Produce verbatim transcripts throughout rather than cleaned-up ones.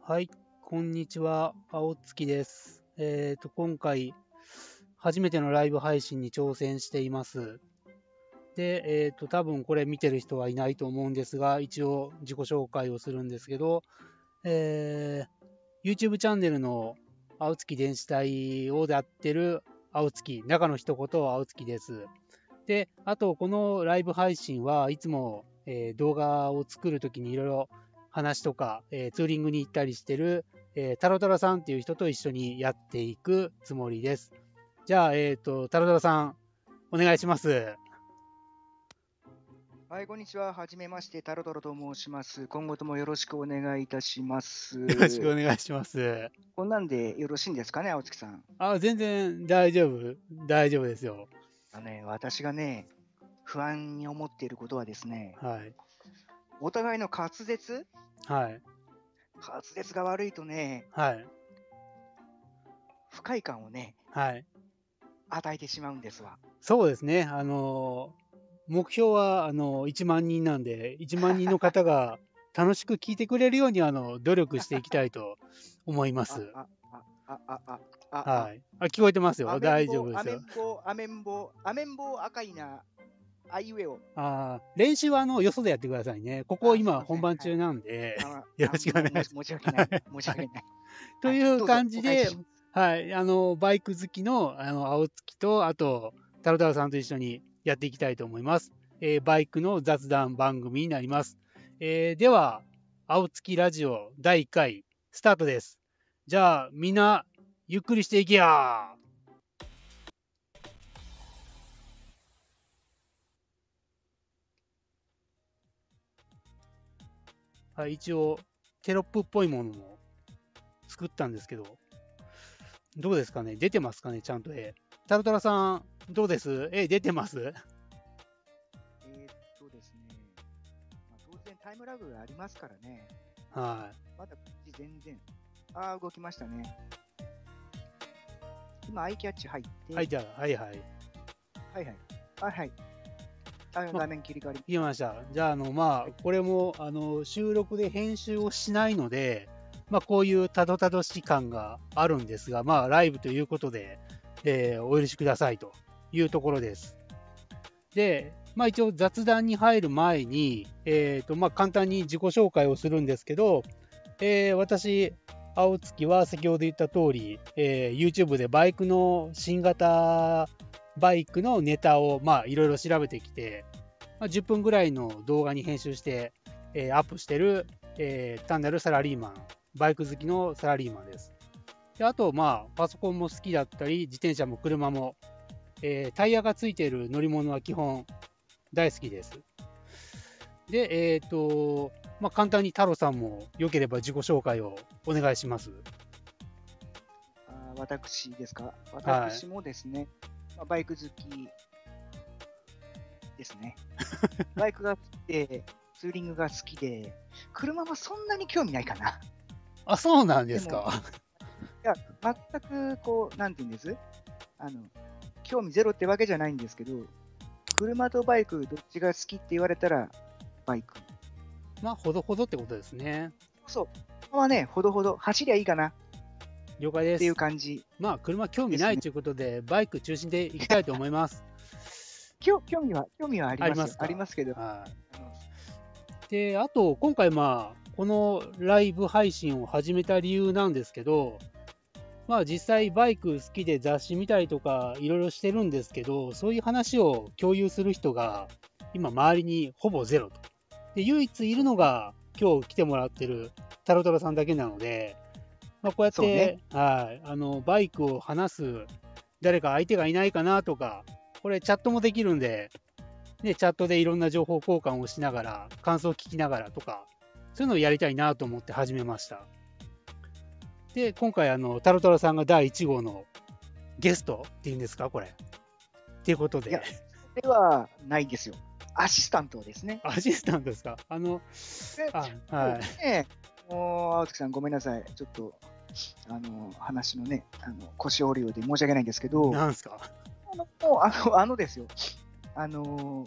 はい、こんにちは、青月です。えっと、今回、初めてのライブ配信に挑戦しています。で、えっと、多分これ見てる人はいないと思うんですが、一応自己紹介をするんですけど、えー、YouTube チャンネルの青月電子体をやってる青月、中の一言青月です。で、あと、このライブ配信はいつも、えー動画を作るときにいろいろ話とか、えーツーリングに行ったりしてる、えータロタロさんっていう人と一緒にやっていくつもりです。じゃあ、えっ、と、タロタロさん、お願いします。よはい、こんにちは。はじめまして、タロトロと申します。今後ともよろしくお願いいたします。 ろしくお願いします。 こんなんでよろしいんですかね、青月さん。 あ、全然大丈夫、大丈夫ですよ。 あのね、私がね、不安に思っていることはですね、 はい。 お互いの滑舌はい。 滑舌が悪いとね、 はい。 不快感をね、 はい。 与えてしまうんですわ。 そうですね。あのー目標は、あのーいちまん人なんで、いちまん人の方が楽しく聞いてくれるように、あの、努力していきたいと思いまあ、 す。 あ、あ、あ、あ、あ、あ、あ、 はい。あ、聞こえてますあよ。 めんぼ、 大丈夫ですよ。 あめんぼ、あめんぼ、あめんぼ赤いな、あいうえお。 あー練習は、あの、よそでやってくださいね。ここあ、すい今ません。はい。 本番中なんで、 あ、 よあ、 ろしくお願いしも申し訳ない。 ます。 申し訳ない。 とはい。 いうどうぞ、 感じで、 お返しします。 はい。あの、バイク好きの、あの、青月と、あと、タロタロさんと一緒にやっていきたいと思います。えーバイクの雑談番組になります。えーでは、青月ラジオだいいっかい、スタートです。じゃあ、みんな、ゆっくりしていきやはい、一応、テロップっぽいものも作ったんですけど、どうですかね、出てますかね、ちゃんと絵。タロタロさん、どうです絵出てます？ えーっとですね、まあ、当然タイムラグがありますからね、 はまだ全然、ああ、動きましたね。今、アイキャッチ入って、 い。はい、じゃあ、はいはい。 はいはい、はいはい、あまあ、 画面切り替わり、 聞きました。じゃあ、あの、まあ、これも、あの、収録で編集をしないので、まあ、こういうたどたどし感があるんですが、まあ、ライブということで、えーお許しくださいというところです。で、まあ、一応雑談に入る前に、えーと、まあ、簡単に自己紹介をするんですけど、えー私、青月は先ほど言った通り、えー YouTube でバイクの新型バイクのネタをまあいろいろ調べてきて、まあ、じゅっぷんぐらいの動画に編集して、えーアップしてる、えー単なるサラリーマン、バイク好きのサラリーマンです。であと、まあ、パソコンも好きだったり、自転車も車も、えータイヤがついている乗り物は基本大好きです。で、えっ、と、まあ、簡単に太郎さんも良ければ自己紹介をお願いします。 あー私ですか、 は私もですね、まあ、バイク好きですね。バイクが好きで、ツーリングが好きで、車はそんなに興味ないかな。 い。あ、そうなんでですも、 か。 いや、全くこう、なんていうんですあの、興味ゼロってわけじゃないんですけど、車とバイク、どっちが好きって言われたら、バイク。 まあ、ほどほどってことですね。 そう。車はね、ほどほど、走りゃいいかなっていう了解です。 感じまあ、車興味ですね。 ないということで、バイク中心でいきたいと思います。 興興味は、興味はありますよ。 ありますか。 ありますけど、 はあのい。で、あと、今回、まあ、このライブ配信を始めた理由なんですけど、まあ実際バイク好きで雑誌見たりとかいろいろしてるんですけど、そういう話を共有する人が今周りにほぼゼロと。で、唯一いるのが今日来てもらってるタロタロさんだけなので、まあ、こうやっそうね。 て、はい、あの、バイクを話す誰か相手がいないかなとか、これチャットもできるんで、ね、チャットでいろんな情報交換をしながら、感想を聞きながらとか、そういうのをやりたいなと思って始めました。で、今回、あの、タロタロさんがだいいち号のゲストっていうんですか、これ。っていうこといや、 で、 それはないですよ。アシスタントですね。 アシスタントですか。あの、 であ、 もはい。 うね、もう、青月さん、ごめんなさい。ちょっと、あの、話のね、あの腰折るようで申し訳ないんですけど、 なんすか。 あの、もうあの、あのですよ。あの、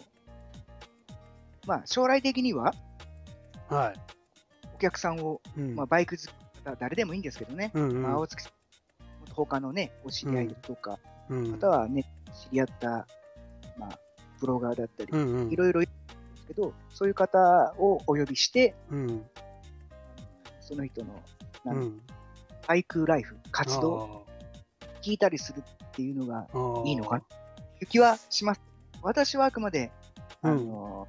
まあ、将来的には、 はい。 お客さんを、 うん。 まあ、バイク好きだ誰でもいいんですけどね、 うんうんまあ、青月さん、他のね、お知り合いとか、 うんまたはね、知り合った、まあ、ブロガーだったり、 うんうんいろいろいるんですけど、そういう方をお呼びして、 うんその人の、 うなんんバイクライフ、活動、聞いたりするっていうのがあーいいのかなという気はします。私はあくまで、あうんの、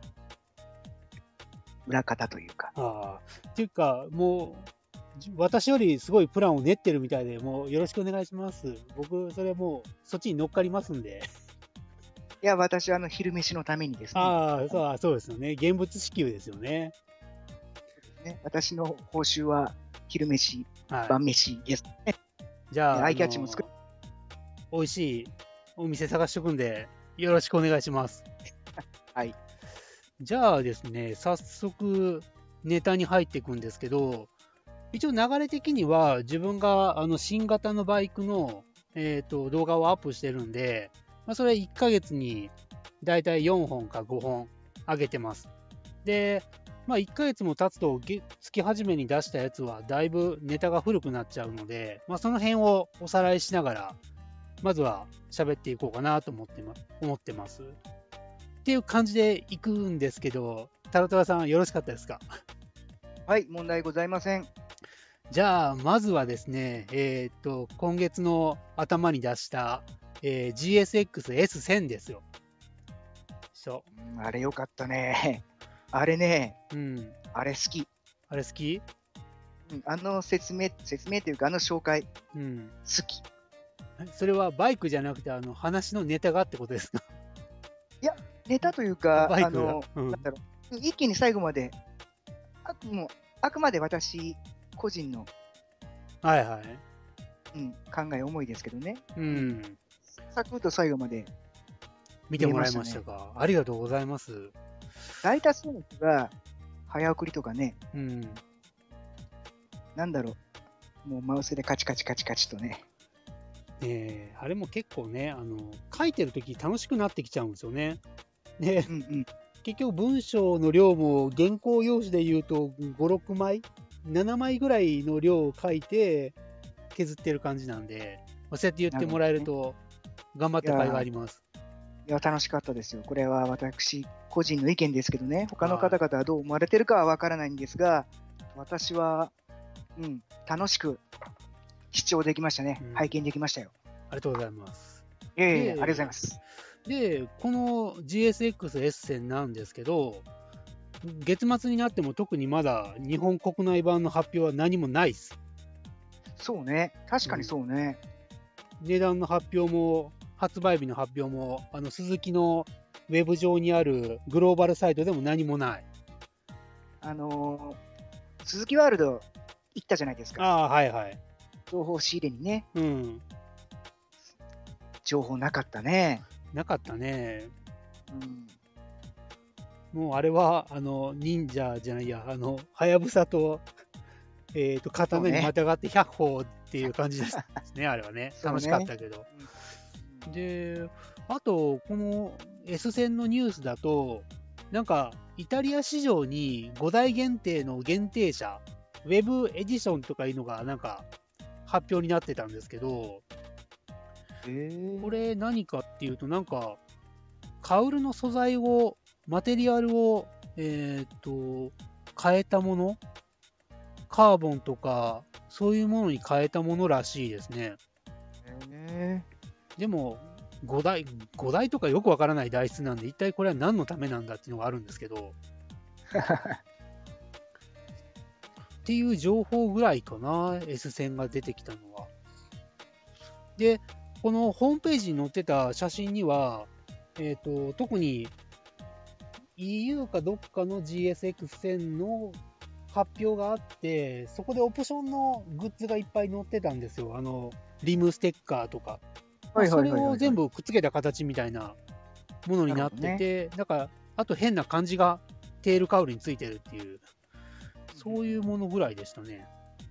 裏方というか、 ああ。っていうか、もう、じ私よりすごいプランを練ってるみたいで、もうよろしくお願いします。僕、それもう、そっちに乗っかりますんで。 いや、私はあの昼飯のためにですね、 ああ、そうあそうですよね。現物支給ですよね。 ね私の報酬は昼飯、 は晩飯です。 い。じゃあ、 アイキャッチもあの作っ美味しいお店探しとくんで、よろしくお願いします。 はい。 じゃあですね、早速ネタに入っていくんですけど、一応流れ的には自分があの新型のバイクの、えーと動画をアップしてるんで、まあ、それいっかげつにだいたいよんほんかごほん上げてます。で、まあ、いっかげつも経つとげ月始めに出したやつはだいぶネタが古くなっちゃうので、まあ、その辺をおさらいしながら、まずは喋っていこうかなと思ってま思ってます。っていう感じでいくんですけど、タラトラさんよろしかったですか？ はい、問題ございません。 じゃあ、まずはですね、えっと、今月の頭に出した、えー ジーエスエックスエスせん ですよ。そうんあれよかったね。あれね、 う。うん。 あれ好き。 あれ好き？ うんあの説明、説明というか、あの紹介、 うん。 好き。 それはバイクじゃなくて、あの、話のネタがってことですか？ ネタというか、 バイクがあの、 うんなんだろう、一気に最後まで、あもうあくまで私個人の、 はいはい。 うん、考え、思いですけどね、 うん。 サクッと最後まで、 見てもらいましたか。ありがとうございます。 大多数の人が早送りとかね、 うん。 なんだろう、もうマウスでカチカチカチカチとね、 えーあれも結構ね、あの、書いてるとき楽しくなってきちゃうんですよね。で、 うんうん、 結局文章の量も原稿用紙で言うとご、ろくまい ?なな 枚ぐらいの量を書いて削ってる感じなんで、まあそうやって言ってもらえると頑張った甲斐があります。 いや、楽しかったですよ。これは私個人の意見ですけどね、他の方々はどう思われてるかはわからないんですが、私は、うん、楽しく視聴できましたね。 うん拝見できましたよ。 ありがとうございます。 ええでありがとうございます。 で、この ジーエスエックスエスせんなんですけど、月末になっても特にまだ日本国内版の発表は何もないです。 そうね、確かにそうね。 値段の発表も、発売日の発表も、あの鈴木のウェブ上にあるグローバルサイトでも何もない。 あのー、鈴木ワールド行ったじゃないですか。 ああ、はいはい。 情報仕入れにね、 うん。 情報なかったね。 なかったね。 うん、 もうあれは、あの、忍者じゃないや、あの、はやぶさと、えっ、と、刀にまたがってひゃっ歩っていう感じですね、あれはね。 そうね楽しかったけど。で、あと、この S 線のニュースだと、なんか、イタリア市場にごだい限定の限定車、ウェブエディションとかいうのが、なんか、発表になってたんですけど、 えーこれ何かっていうと、なんか、カウルの素材を、マテリアルを、えっ、と、変えたもの、カーボンとか、そういうものに変えたものらしいですね。 えでも、ごだい、ごだいとかよくわからない台数なんで、一体これは何のためなんだっていうのがあるんですけど、っていう情報ぐらいかな、S 線が出てきたのは。で、このホームページに載ってた写真には、えっ、と、特に イーユー かどっかの ジーエスエックスせんの発表があって、そこでオプションのグッズがいっぱい載ってたんですよ。あの、リムステッカーとか。 はいそはいはいはいれを全部くっつけた形みたいなものになってて、だから、あと変な感じがテールカウルについてるっていう、そういうものぐらいでしたね。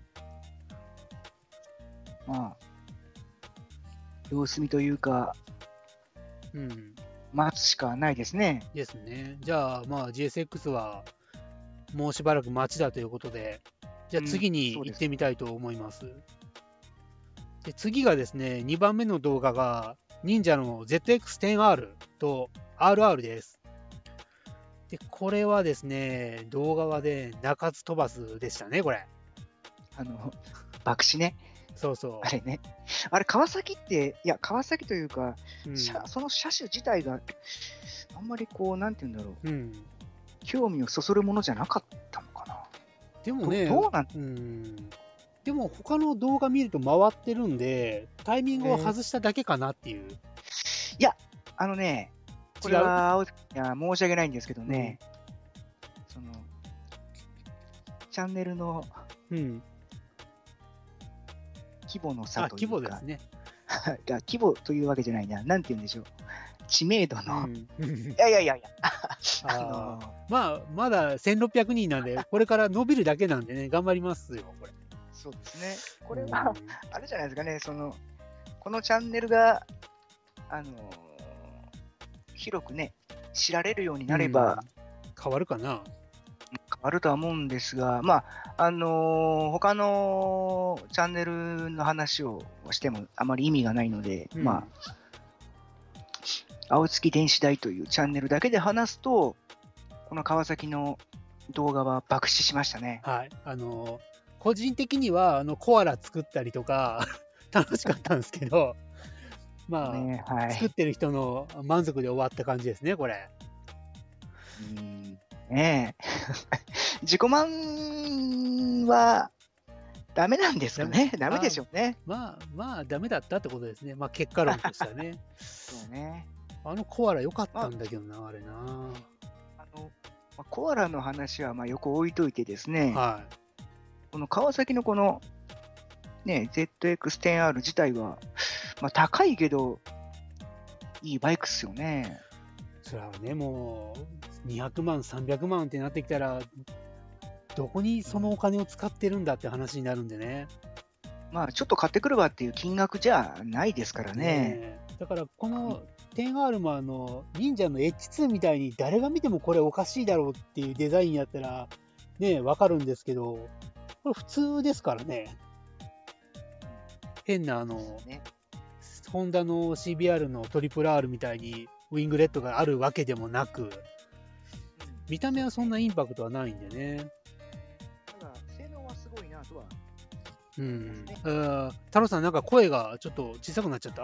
まあ、様子見というか、 うん。 待つしかないですね。 ですね。じゃあ、まあ、ジーエスエックス はもうしばらく待ちだということで、 じゃあ次に行ってみたいと思います。うん、で次がですね、にばんめの動画が、忍者の ゼットエックステンアール と アールアール です。で、これはですね、動画はね、鳴かず飛ばずでしたね、これ。 あの、爆死ね。 そうそう。 あれね。あれ、川崎って、いや、川崎というか、 うん、 車その車種自体があんまりこう、なんて言うんだろう、 うん、 興味をそそるものじゃなかったのかな。 でもね、 どどうなんうん、でも他の動画見ると回ってるんで、タイミングを外しただけかなっていう。 いや、あのね、これは、いや申し訳ないんですけどね、うん、その、チャンネルの、 うん、 規模の差というか、 規模ですね。 規模というわけじゃないな、なんて言うんでしょう、知名度の、 うん、いやいやいやいや、 あのー、まあ、まだせんろっぴゃくにんなんで、これから伸びるだけなんでね、頑張りますよ、これ。 そうですね、これは、あれじゃないですかね、その、このチャンネルが、あのー、広くね、知られるようになれば、うん、 変わるかな。 変わるとは思うんですが、まあ、あのー、他のチャンネルの話をしてもあまり意味がないので、うん、まあ、青月電子台というチャンネルだけで話すと、この川崎の動画は爆死しましたね。 はい。あのー、個人的には、あの、コアラ作ったりとか、楽しかったんですけど、まあ、ね、はい、作ってる人の満足で終わった感じですね、これ。 うんねえ。自己満はダメなんですかね。ダメでしょうね。 まあ、まあ、ダメだったってことですね。まあ、結果論としてはね。 そうね。 あのコアラ良かったんだけどな、まあ、あれな。 あの、まあ、コアラの話はまあよく置いといてですね。 はい。 この川崎のこの、ね、ゼットエックステンアール 自体は、まあ、高いけど、いいバイクっすよね。 それはね、もう、にひゃくまん、さんびゃくまんってなってきたら、どこにそのお金を使ってるんだって話になるんでね。 まあ、ちょっと買ってくるわっていう金額じゃないですからね。 ねだから、このテンアールもあの、忍者の エイチツー みたいに誰が見てもこれおかしいだろうっていうデザインやったら、ね、わかるんですけど、これ普通ですからね。変なあの、ね、ホンダの シービーアール のトリプルアールみたいにウィングレットがあるわけでもなく、見た目はそんなインパクトはないんでね。 ただ、性能はすごいなとは。 うん。太郎さん、なんか声がちょっと小さくなっちゃった？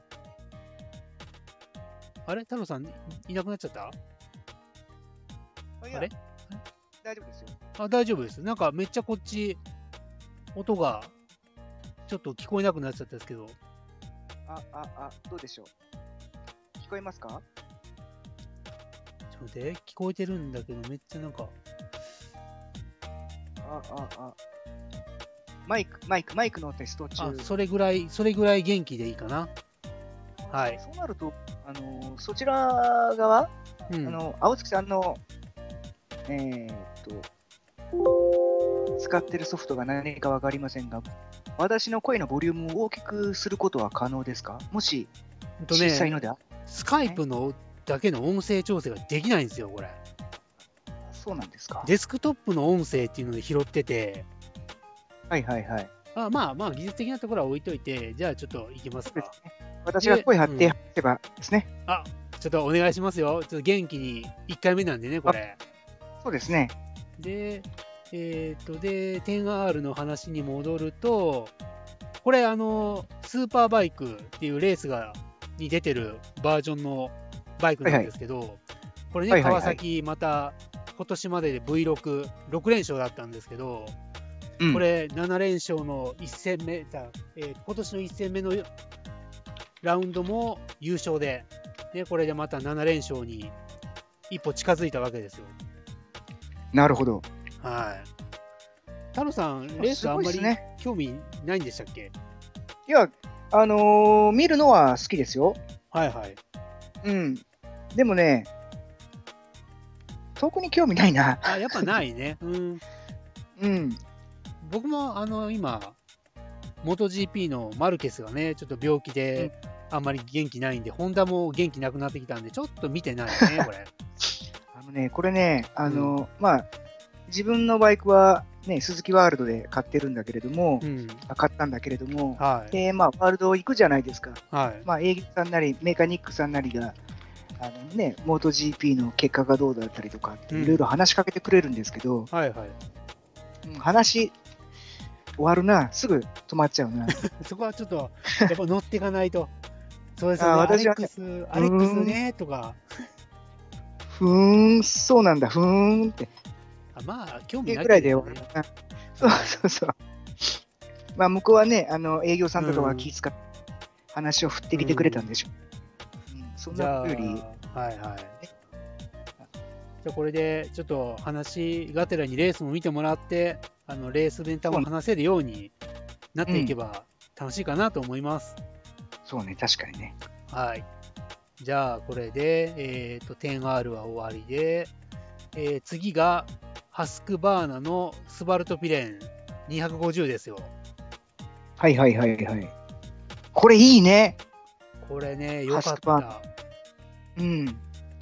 あれ太郎さん、いなくなっちゃった？ あれ大丈夫ですよ。 あ、大丈夫です。なんかめっちゃこっち、音がちょっと聞こえなくなっちゃったんですけど。 あ、あ、あ、どうでしょう。聞こえますか？ちょっと待って、聞こえてるんだけど、めっちゃなんか。 あ、あ、あ。マイク、マイク、マイクのテスト中。 あ、それぐらい、それぐらい元気でいいかな。はい。 そうなると、あの、そちら側、うん、あの、青月さんの、えー、っと、使ってるソフトが何かわかりませんが、私の声のボリュームを大きくすることは可能ですか？もし、小さいのでは、ね、 スカイプのだけの音声調整ができないんですよ、これ。 そうなんですか。 デスクトップの音声っていうので拾ってて。 はいはいはい。 あまあまあ、技術的なところは置いといて、じゃあちょっといきますか。 すね、私が声張ってやればですね、 うん。あ、ちょっとお願いしますよ。ちょっと元気にいっかいめなんでね、これ。 そうですね。 で、えっと、で、テンアール の話に戻ると、これ、あの、スーパーバイクっていうレースが、に出てるバージョンのバイクなんですけど、はいはい、これね、はいはいはい、川崎、また、今年までで ブイろく、ろくれん勝だったんですけど、うん、これ、ななれん勝のいっ戦目、えー、今年のいっ戦目のラウンドも優勝で、ね、これでまたななれん勝に一歩近づいたわけですよ。 なるほど。 はい。太郎さん、レースあんまり興味ないんでしたっけ？ いや、あのー、見るのは好きですよ。 はいはい。 うん。でもね、特に興味ないな。 あ、やっぱないね。うん。 うん。 僕も、あの、今、モト ジーピー のマルケスがね、ちょっと病気で、あんまり元気ないんで、ホンダも元気なくなってきたんで、ちょっと見てないね、これ。 あのね、これね、あの、うん、まあ、 自分のバイクは、ね、スズキワールドで買ってるんだけれども、 うん。 買ったんだけれども、 はい。 で、まあ、ワールド行くじゃないですか。 はい。 まあ、営業さんなり、メカニックさんなりが、あのね、モート ジーピー の結果がどうだったりとかって、 うんいろいろ話しかけてくれるんですけど、 はいはい。 うん話終わるな、すぐ止まっちゃうな。 そこはちょっと、やっぱ乗っていかないと。そうですよね。 あアレ私はねックス、アレックスね、とか。 ふーん、そうなんだ、ふーんって。 あまあ、興味ないってぐらいでけどね終わるな。そうそうそう。まあ、向こうはね、あの営業さんとかは気遣って、話を振ってきてくれたんでしょう。うんそんじゃあ、 なより、 はいはい。じゃあこれでちょっと話がてらにレースも見てもらって、あのレースネタも話せるようになっていけば楽しいかなと思います。 そうね、確かにね。 はい。じゃあこれで、えっ、と、テンアール は終わりで、えー次がハスクバーナのスバルトピレンにひゃくごじゅうですよ。 はいはいはいはい。これいいね。 これね、よかっハスクバーた。 うん。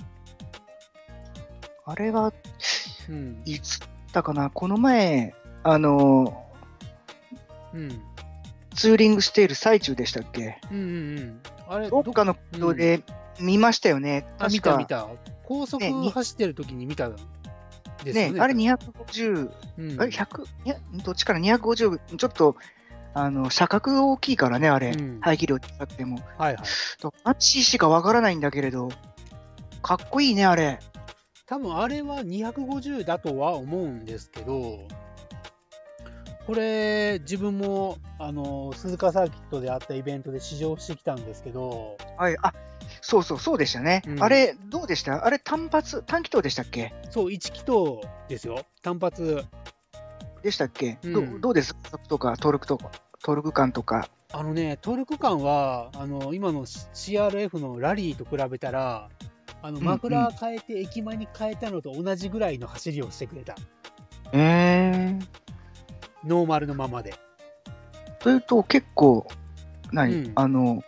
あれは、 うん。 いつだったかな、この前、あの、 うん。 ツーリングしている最中でしたっけ？ うんうんうん。あれ、 どっかの国道で見ましたよね。 あ、見確かた見た。高速ねに走ってる時に見たですよね。 ね、あれにひゃくごじゅう、 うん、 あれひゃく、いや、どっちかな、にひゃくごじゅう、ちょっと、あの、車格大きいからね、あれ、 うん排気量小さくても。 はいはい。 何 シーシー かわからないんだけれど、かっこいいね、あれ。 多分あれはにひゃくごじゅうだとは思うんですけど、これ、自分も、あの、鈴鹿サーキットであったイベントで試乗してきたんですけど、 はい、あ、そうそう、そうでしたね。 うんあれ、どうでした？あれ、単発、単気筒でしたっけ？ そう、いち気筒ですよ。単発。 でしたっけ？ うんどどうです？加速とか、トルクとか、トルク感とか。 あのね、トルク感は、あの、今の シーアールエフ のラリーと比べたら、あの、 うんマフラー変えて駅前に変えたのと同じぐらいの走りをしてくれた。 えー。 ノーマルのままで。 というと、結構、何、 うんあの、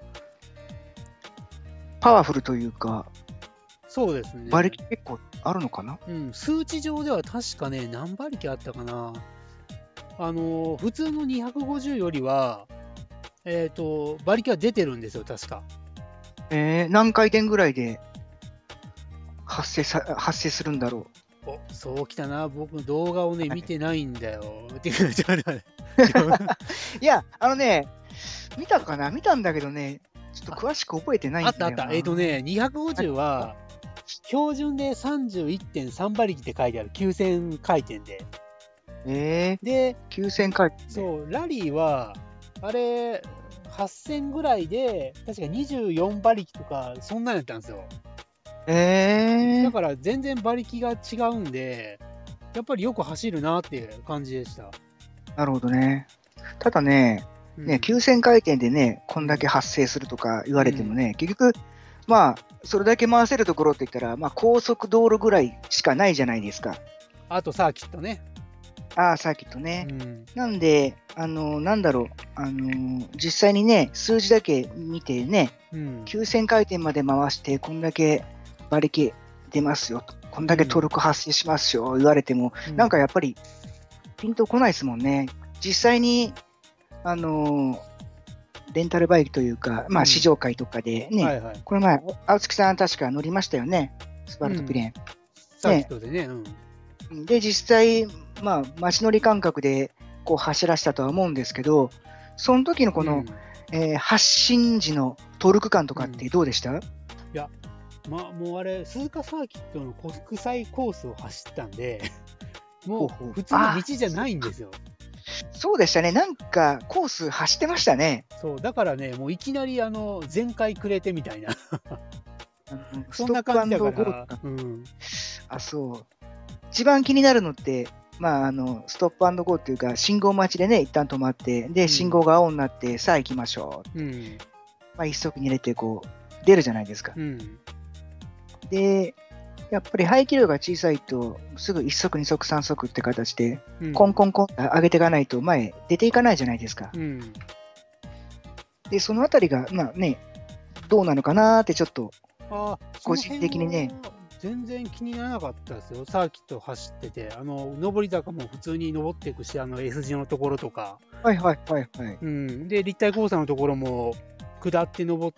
パワフルというか、 そうですね。 馬力結構あるのかな？ うん、数値上では確かね、何馬力あったかな。あのー普通のにひゃくごじゅうよりは、えっ、と、馬力は出てるんですよ、確か。 えー、何回転ぐらいで発生さ発生するんだろお、そうきたな。僕、動画をね、 はい見てないんだよ。っていうか、ちょっと待ってう。いや、あのね、見たかな見たんだけどね、ちょっと詳しく覚えてないんだよな。 あったあった。えっ、とね、にひゃくごじゅうは、標準で さんじゅういってんさん 馬力って書いてある。きゅうせん回転で。 えー、 で、 きゅうせん回転。 そう、ラリーは、あれ、はっせんぐらいで、確かにじゅうよん馬力とか、そんなんやったんですよ。 えー、 だから全然馬力が違うんで、やっぱりよく走るなっていう感じでした。 なるほどね。ただね、 うんね、きゅうせん回転でね、こんだけ発生するとか言われてもね、結局、まあ、それだけ回せるところって言ったら、まあ、高速道路ぐらいしかないじゃないですか。 あとサーキットね。 ああ、サーキットうね。 ん。 なんで、あの、なんだろう、あの、実際にね、数字だけ見てね、 うん。 きゅうせん回転まで回して、こんだけ馬力出ますよと、こんだけトルク発生しますよ、言われても、なんかやっぱり、ピンとこないですもんね。実際に、あの、レンタルバイクというか、まあ、 うん試乗会とかでね、 はいはい。 この前、青月さん確か乗りましたよね、スバルトピレン。 サーキットでね。うん。 で、実際、まあ、街乗り感覚でこう走らせたとは思うんですけど、その時のこの、 うんえー発進時のトルク感とかってどうでした？ まあ、もうあれ、鈴鹿サーキットの国際コースを走ったんで、もほうほうう普通の道じゃないんですよ。 そうでしたね、なんかコース走ってましたね。 そう、だからね、もういきなりあの、全開くれてみたいな。 あのそんな感じだかストップアンドゴーらとか。 うん。 あ、そう。一番気になるのって、まあ、あのストップアンドゴーっていうか、信号待ちでね、一旦止まって、で、 うん信号が青になって、さあ行きましょう。 うん。 まあ、一足に入れて、こう、出るじゃないですか。 うん。 で、やっぱり排気量が小さいと、すぐ一足、二足、三足って形で、 うん。 コンコンコンって上げていかないと前出ていかないじゃないですか。 うん。 で、そのあたりが、まあね、どうなのかなーってちょっと、 あ、 個人的にね。 全然気にならなかったですよ。サーキット走ってて、あの、上り坂も普通に登っていくし、あの S 字のところとか。 はいはいはいはい。 うん。で、立体交差のところも下って登って、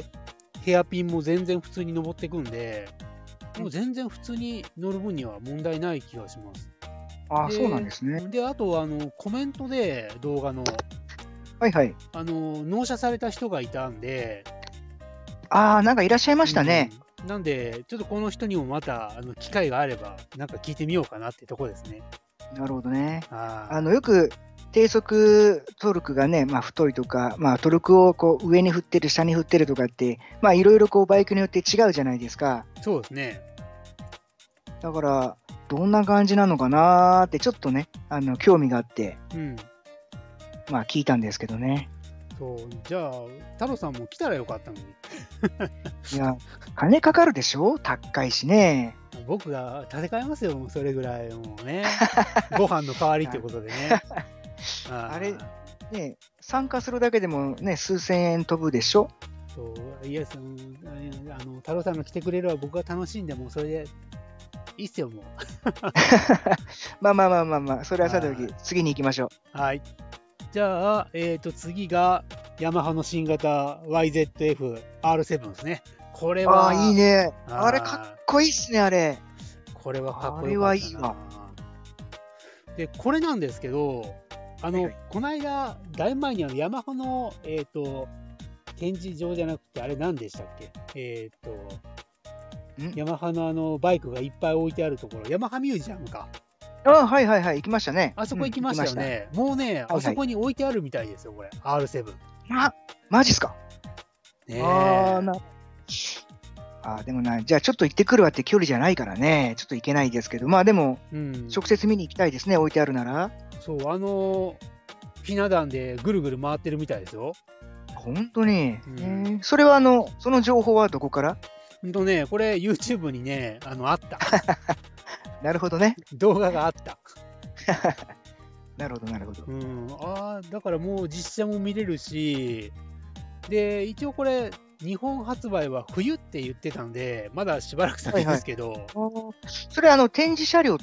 ヘアピンも全然普通に登っていくんで、もう全然普通に乗る分には問題ない気がします。 ああ、そうなんですね。 で、あと、あの、コメントで動画の、 はいはい。 あの、納車された人がいたんで、 ああ、なんかいらっしゃいましたね。 うん、なんで、ちょっとこの人にもまた、あの、機会があれば、なんか聞いてみようかなってとこですね。 なるほどね。 ああの、よく、低速トルクがね、まあ、太いとか、まあ、トルクをこう上に振ってる、下に振ってるとかって、まあ、いろいろこうバイクによって違うじゃないですか。 そうですね。 だから、どんな感じなのかなーって、ちょっとね、あの興味があって、 うん。 まあ、聞いたんですけどね。 そう、じゃあ、太郎さんも来たらよかったのに。 いや、金かかるでしょ、高いしね。 僕が立て替えますよ、もうそれぐらい、もうね。ご飯の代わりということでね。ああれ、ね、参加するだけでもね、数千円飛ぶでしょ。 そう、いや、その、あの、太郎さんが来てくれれば僕が楽しんで、もうそれでいいっすよ、もう。 まあまあまあまあまあ、それはさておき、次に行きましょう。はい。じゃあ、えっと、次が、ヤマハの新型 ワイゼットエフアールセブン ですね。これは。 ああ、いいね。あれ、かっこいいっすね、あれ。 これはかっこよかったな。あれはいいわ。 で、これなんですけど、あの、はいはい、この間、だいぶ前にあのヤマハの、えっと、展示場じゃなくて、あれ何でしたっけ、えっと、ヤマハのあのバイクがいっぱい置いてあるところ、ヤマハミュージアムか。 ああ、はいはいはい、行きましたね。 あそこ行きましたよね。うん、もうね、はいはい、あそこに置いてあるみたいですよ、これ、アールセブン。 ま、マジっすか。 ねえ。 あなあ、でもな、じゃあちょっと行ってくるわって距離じゃないからね、ちょっと行けないですけど、まあでも、うん、直接見に行きたいですね、置いてあるなら。 そう、あの、ひな壇でぐるぐる回ってるみたいですよ。 本当に、うん、えー、それはあの、その情報はどこから？ ほんとね、これ YouTube にね、あの、あった。 なるほどね。 動画があった。 なるほど、なるほど。 うん、ああ、だからもう実写も見れるし、で、一応これ、日本発売は冬って言ってたんで、まだしばらく先ですけど。はいはい、 それ、あの、展示車両って、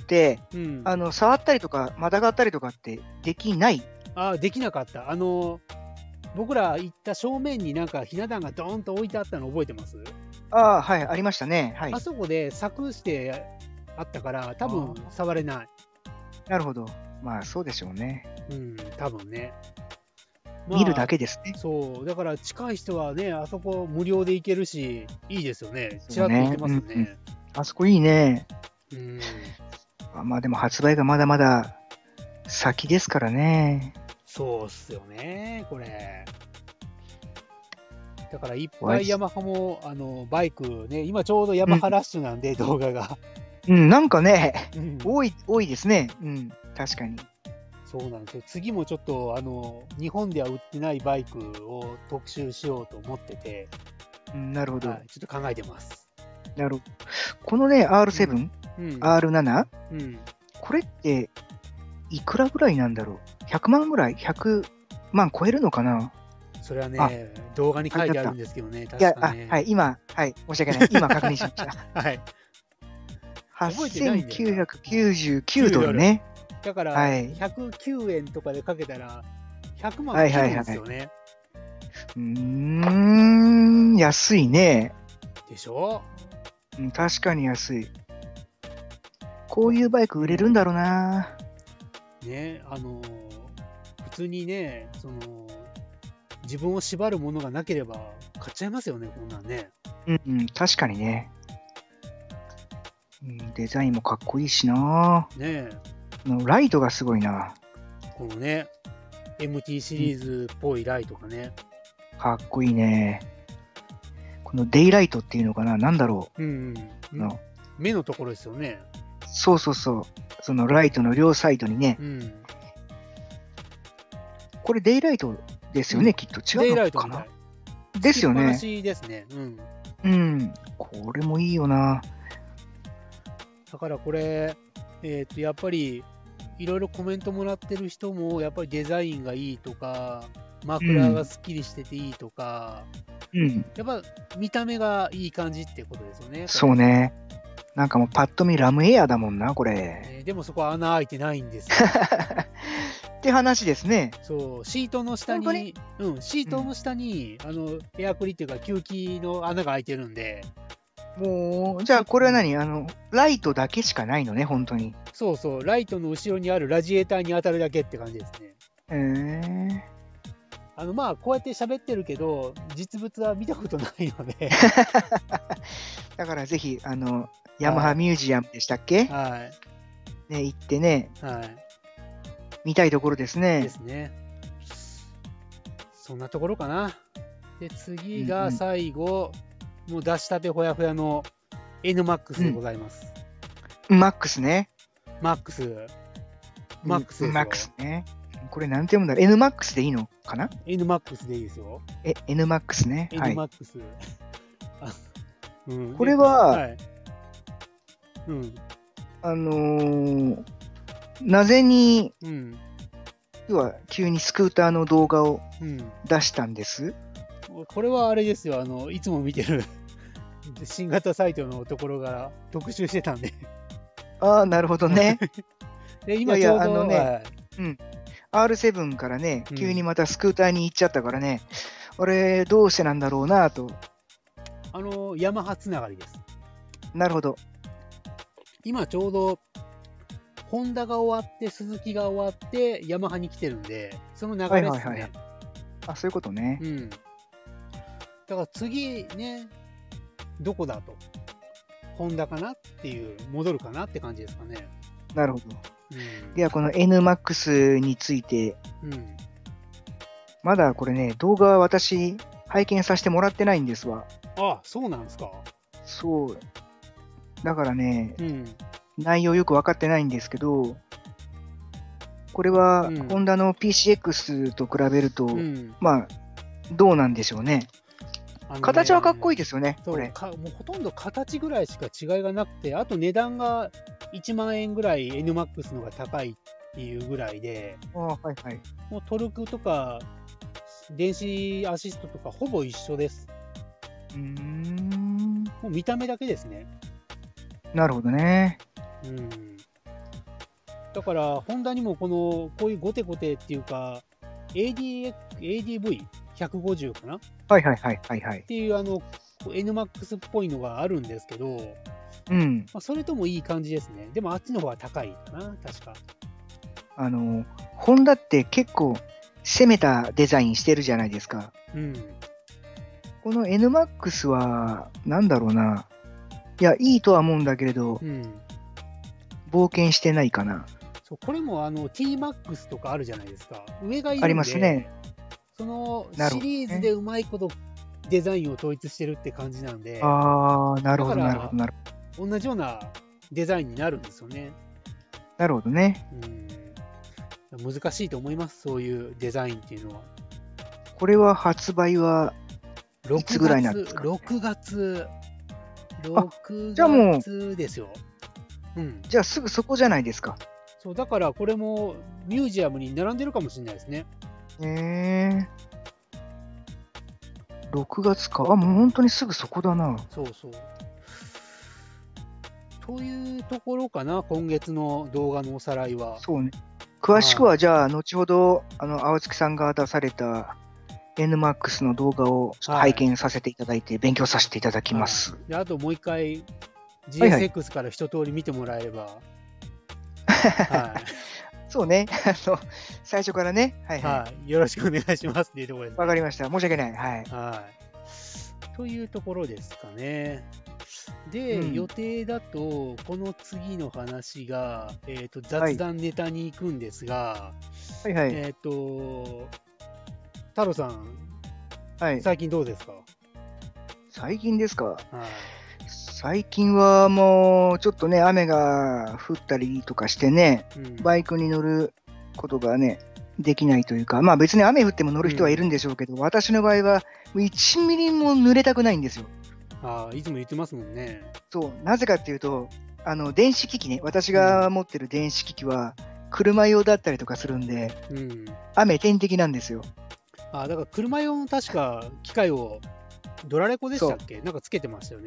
うん、 あの、触ったりとか、またがったりとかってできない？ ああ、できなかった。あの、僕ら行った正面になんかひな壇がドーンと置いてあったの覚えてます？ ああ、はい、ありましたね。はい。 あそこで柵してあったから、多分触れない。 なるほど。まあ、そうでしょうね。 うん、多分ね。 まあ、見るだけですね。 そう、だから近い人はね、あそこ無料で行けるし、いいですよね。ちらっと行ってますね。うんうん、 あそこいいね。 うん。 まあでも発売がまだまだ先ですからね。 そうっすよね、これ。だからいっぱいヤマハもあのバイクね、今ちょうどヤマハラッシュなんで、うん、動画が。 うん、なんかね、うん、多い、多いですね。うん、確かに。 そうなんですよ。次もちょっと、あの、日本では売ってないバイクを特集しようと思ってて。 うん、なるほど、はい。 ちょっと考えてます。 なるほど。このね、アールセブン、うん、アールセブン、うん、これって、いくらぐらいなんだろう ?ひゃく 万ぐらい ?ひゃく 万超えるのかな？ それはね、動画に書いてあるんですけどね、 確かね。いや、あ、はい、今、はい、申し訳ない。今確認しました。 はい。 はっせんきゅうひゃくきゅうじゅうきゅうドルね。 だから、ひゃくきゅうえんとかでかけたら、ひゃくまん切るんですよね。はいはいはいはい、 うーん、安いね。 でしょ？ うん、確かに安い。こういうバイク売れるんだろうな。 ね、あのー、普通にね、その、自分を縛るものがなければ買っちゃいますよね、こんなんね。 うんうん、確かにね。うん、デザインもかっこいいしな。 ねえ。ライトがすごいな。 このね、エムティー シリーズっぽいライトがね。 かっこいいね。このデイライトっていうのかな、なんだろう。 うんうん、の目のところですよね。 そうそうそう。そのライトの両サイドにね。うん、これデイライトですよね、うん、きっと。違うのかな。ですよね。 ですね。うん。 うん。これもいいよな。 だからこれ、えっと、やっぱり、いろいろコメントもらってる人も、やっぱりデザインがいいとか、マフラーがすっきりしてていいとか、 うん、 やっぱ見た目がいい感じってことですよね。 そうね。 なんかもうパッと見ラムエアだもんな、これ。 えーでもそこ穴開いてないんですよ。 って話ですね。 そう、シートの下本当にに、うん、シートの下に、あの、エアクリっていうか吸気の穴が開いてるんで、 もう、じゃあこれは何あの、ライトだけしかないのね、本当に。 そうそう、ライトの後ろにあるラジエーターに当たるだけって感じですね。 へえ。 あの、まあ、こうやって喋ってるけど、実物は見たことないので、 だからぜひ、あの、ヤマハミュージアムでしたっけはね、行ってね、 い、はい。 見たいところですでね。 すね。そんなところかな。で、次がうんうん最後、もう出したてほやほやの エヌマックスでございます。 マックスね。 マックス。マックスですよ。 マックスね。これなんて読むんだろう ?N マックスでいいのかなエヌマックスでいいですよ。 え、N マックスね。は N いマ。ックス。あうん、 これははい。うん。 あのーなぜに、 うん。 要は急にスクーターの動画をうん。 出したんですこれはあれですよ。あの、いつも見てる新型サイトのところから特集してたんで。 ああ、なるほどね。 で、今いやいちょうど、 やあのねはいアールセブン からね、 うん急にまたスクーターに行っちゃったからね、あれ、どうしてなんだろうなと。 あの、ヤマハつながりです。 なるほど。 今ちょうど、ホンダが終わって、スズキが終わって、ヤマハに来てるんで、その流れですね。 はいはいはいあ、そういうことね。 うん。だから次ね、どこだと。ホンダかなっていう、戻るかなって感じですかね。 なるほど。 うん。 では、この N マックスについて、 うん。 まだこれね、動画は私、拝見させてもらってないんですわ。 あ、そうなんですか。 そう。だからね、 うん。 内容よく分かってないんですけど、これは、 うんホンダの ピーシーエックス と比べると、 うん。 まあ、どうなんでしょうね。 あのね形はかっこいいですよね、これ。 そうか、もうほとんど形ぐらいしか違いがなくて、あと値段がいちまんえんぐらい エヌマックス のが高いっていうぐらいで、 あはいはい。 もうトルクとか電子アシストとかほぼ一緒です。 うーん。 もう見た目だけですね。 なるほどね。 うん。だから、ホンダにもこの、こういうゴテゴテっていうか、エーディーエックス、エーディーブイひゃくごじゅう かなっはいはいはいはいはい。 ていうあの、エヌマックス っぽいのがあるんですけど、 うん。 まあ、それともいい感じですね。でもあっちの方が高いかな、確か。 あの、ホンダって結構攻めたデザインしてるじゃないですか。 うん。 この N マックスは、なんだろうな。いや、いいとは思うんだけれどう、ん。 冒険してないかな。 そうこれもあの ティーマックス とかあるじゃないですか。上がいるんで、 ありますね。 そのシなるほどねリーズでうまいことデザインを統一してるって感じなんで、 ああ、なるほどだからなるほどなるほど。 同じようなデザインになるんですよね。 なるほどね。 うん。難しいと思います、そういうデザインっていうのは。 これは発売は、いつぐらいなんですかろくがつ、ろくじゃあもうがつですよ。うん。 じゃあすぐそこじゃないですか。 そう、だからこれもミュージアムに並んでるかもしれないですね。 ええろくがつか。あ、もう本当にすぐそこだな。 そうそう。というところかな、今月の動画のおさらいは。 そうね。詳しくは、じゃあ、後ほど、あの、青月さんが出された N マックスの動画をちょっと拝見させていただいて、勉強させていただきます。 はいであともう一回、ジはいはいエスエックス から一通り見てもらえれば。はい。 そうね。あの、最初からね。はいははい。よろしくお願いしますっていうところでい。 す、 わかりました。申し訳ない。はい。 はい。というところですかね。で、 うん予定だと、この次の話が、えっ、と、雑談ネタに行くんですが、 はいはい。 えっ、と、太郎さん、 はい。 最近どうですか？ 最近ですか。 はい。 最近はもう、ちょっとね、雨が降ったりとかしてね、 うんバイクに乗ることがね、できないというか、まあ別に雨降っても乗る人はいるんでしょうけど、私の場合は、いちミリも濡れたくないんですよ。 ああ、いつも言ってますもんね。 そう、なぜかっていうと、あの、電子機器ね、私が持ってる電子機器は、車用だったりとかするんで、 うん。 雨天敵なんですよ。 ああ、だから車用の確か機械を、ドラレコでしたっけなんかつけてましたよね。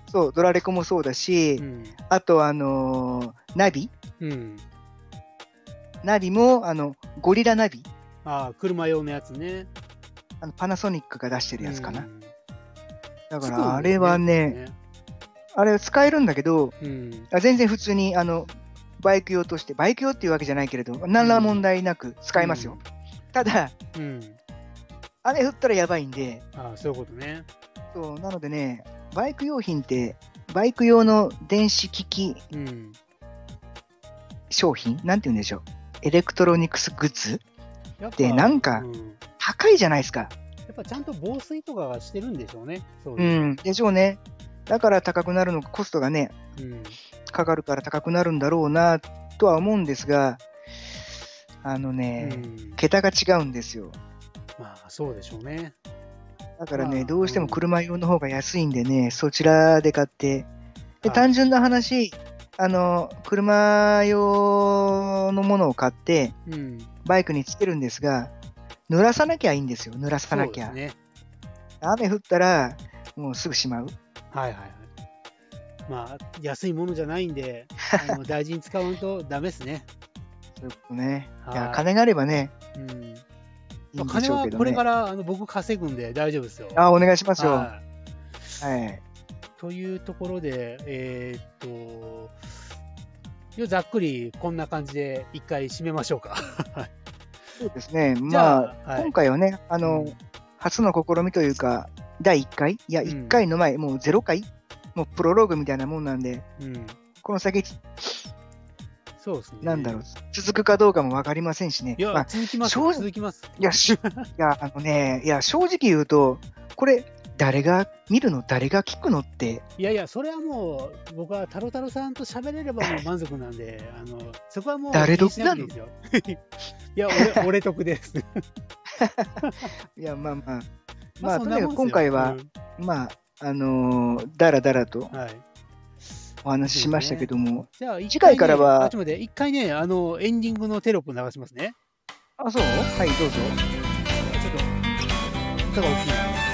そう、ドラレコもそうだし、 うん。 あと、あのーナビうん。 ナビも、あの、ゴリラナビああ、車用のやつね。 あのパナソニックが出してるうやつかな。 ん。 だかつくら、あれんですね。 はね、あれ使えるんだけど、 うん。 あ全然普通に、あの、バイク用として、バイク用っていうわけじゃないけれど、何ら問題なく使えますよ。ただ、 うん。うん。 雨降ったらやばいんで、 ああ、そういうことね。 そう、なのでね、バイク用品って、バイク用の電子機器うん。 商品なんて言うんでしょう。エレクトロニクスグッズやっぱ、 で、なんかうん、 高いじゃないですか。 やっぱちゃんと防水とかがしてるんでしょうね。そうういう。 ん、でしょうね。だから高くなるのか、コストがね、 うん。 かかるから高くなるんだろうなとは思うんですが、あのうね、 ん。 桁が違うんですよ。 まあ、そうでしょうね。 だからね、 まあどうしても車用の方が安いんでね、そちらで買って、で、 はい単純な話、あの、車用のものを買って、 うん。 バイクにつけるんですが、濡らさなきゃいいんですよ、濡らさそなきゃ。 うですね。 雨降ったら、もうすぐしまう。 はいはいはい。まあ、安いものじゃないんで、あの大事に使わんとダメですね。 そういうことね。いや、 はい金があればね、 うん。 いいまあ、 んで金はしょうけどね。 これからあの僕稼ぐんで大丈夫ですよ。 あ、お願いしますよ。 はい。 はい。 というところで、えーっと、いやざっくりこんな感じで一回締めましょうか。 そうですね。 じまゃあ、 あ、 はい今回はね、あの、 うん初の試みというか、だいいっかいいや、 うんいっかいの前、もうゼロかいもうプロローグみたいなもんなんで、 うん、 この先、 そうですね。 なんだろう、続くかどうかも分かりませんしね。 いや、 まあ、 続きます正直続きます。 いや、しいや、あのね、いや、正直言うと、これ、誰が見るの、誰が聞くのって、 いやいや、それはもう、僕はタロタロさんと喋れればもう満足なんで、あのそこはもう誰気にしなくていいですよ。いや、俺、俺得です。 いや、まあまあ、 ままあ、とにかくそんなもんですよ今回は、まあ、あのーだらだらとうんはい。 お話ししましたけども、 じゃあ、 次回からは一回ねあ、ちょっと待って、一回ね、あの、エンディングのテロップ流しますね。 あ、そうはい、どうぞ。 ちょっと、音が大きいな。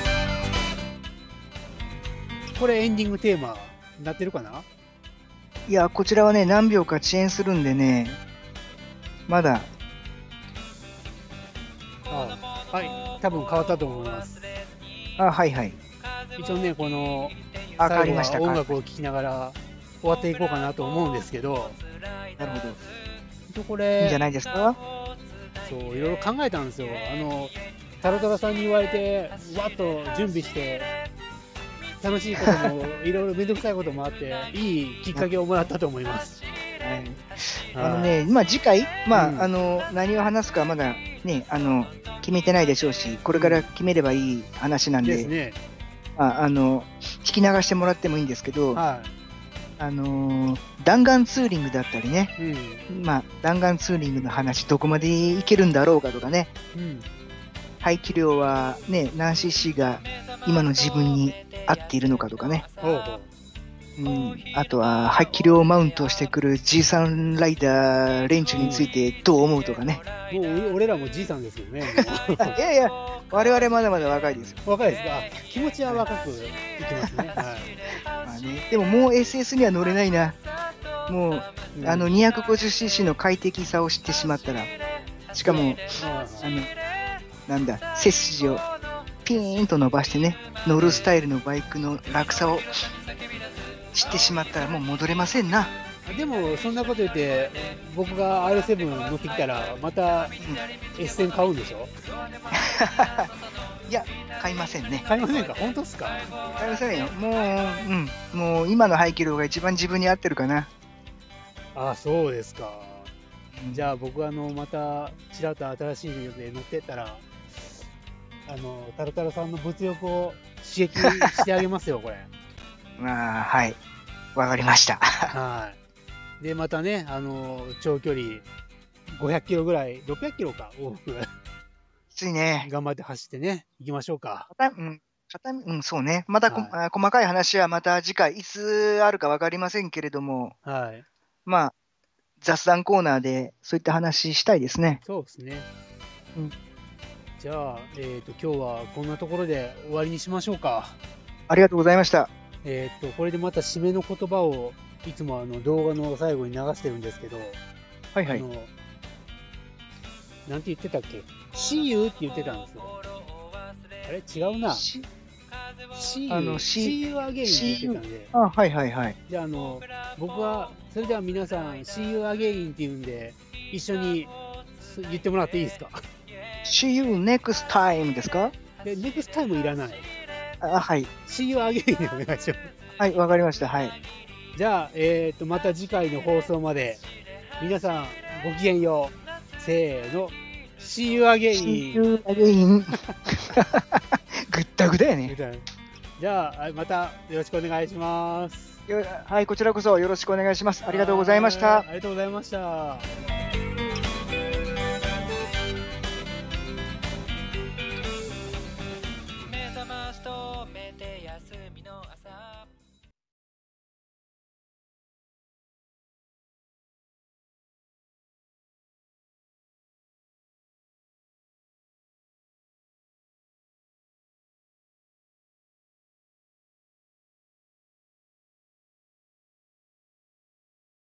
これエンディングテーマ、なってるかないや、こちらはね、何秒か遅延するんでね、まだ、 あはい、多分変わったと思います。 あ、はいはい。 一応ね、この、 あ、変わ最後りましたか。 は音楽を聴きながら終わっていこうかなと思うんですけど、 なるほど。 一応こいいんじゃれ、 ないですか。 そう、いろいろ考えたんですよ。あの、タロタロさんに言われて、わっと準備して、楽しいことも、いろいろめんどくさいこともあって、いいきっかけをもらったと思います。 はいはいあのね、まあ次回、まあ、 うんあの、何を話すかまだね、あの、決めてないでしょうし、これから決めればいい話なんで、 ですね。 まあ、あの、聞き流してもらってもいいんですけど、 はあのー弾丸ツーリングだったりね、 い。うん。 まあ、弾丸ツーリングの話、どこまでいけるんだろうかとかね、 うん。 排気量はね、何 シーシー が今の自分に合っているのかとかね、 ほうほう。 うん、あとは排気量マウントしてくる ジーさん ライダー連中についてどう思うとかね。 もう俺らもじいさんですよね。もいやいや、我々まだまだ若いですよ。 う若いですか。あ気持ちは若くいきますね。はい。 まあね、でももう エスエス には乗れないな。もう、 うんあの にひゃくごじゅうシーシー の快適さを知ってしまったら、しかも、 ああの、なんだ、背筋をピーンと伸ばしてね、乗るスタイルのバイクの楽さを知ってしまったらもう戻れませんな。 あでも、そんなこと言って、僕が アールセブン 乗ってきたら、また エステン買うんでしょ。 いや、買いませんね。 買いませんか。本当ですか。 買いませんよ。もう、うん、もう今の排気量が一番自分に合ってるかな。 あ、そうですか。 うんじゃあ僕はあのまたちらっと新しいので乗ってったら、あのタルタルさんの物欲を刺激してあげますよ、これ。 まあ、はい。わかりました。 はい。で、またね、あの長距離ごひゃっキロぐらい、ろっぴゃっキロか、往復きついね。 頑張って走ってね、行きましょうか。 片うん、片身うん、そうね。またこ、 はいあ細かい話はまた次回、いつあるかわかりませんけれども、 はい。 まあ、雑談コーナーでそういった話したいですね。 そうですね。 うんじゃあ、えっと、今日はこんなところで終わりにしましょうか。 ありがとうございました。 えーっと、これでまた締めの言葉をいつもあの動画の最後に流してるんですけど、 はいはい。 あの、なんて言ってたっけ ?See you って言ってたんですよ。あれ違うな。 し See you, あの see you again って言ってたんで、 あ、はいはいはい。 じゃあ、あの、僕は、それでは皆さん、See you again って言うんで、一緒にす言ってもらっていいですか？ See you next time ですか？ で、next time いらない。 あ、はい。 See you again でお願いします。 はい、わかりました。はい。 じゃあ、えっと、また次回の放送まで、皆さん、ごきげんよう。せーの。See you again! See you again! ぐったぐだよね。 じゃあ、またよろしくお願いします。 よはい、こちらこそよろしくお願いします。ありがとうございました。 ありがとうございました。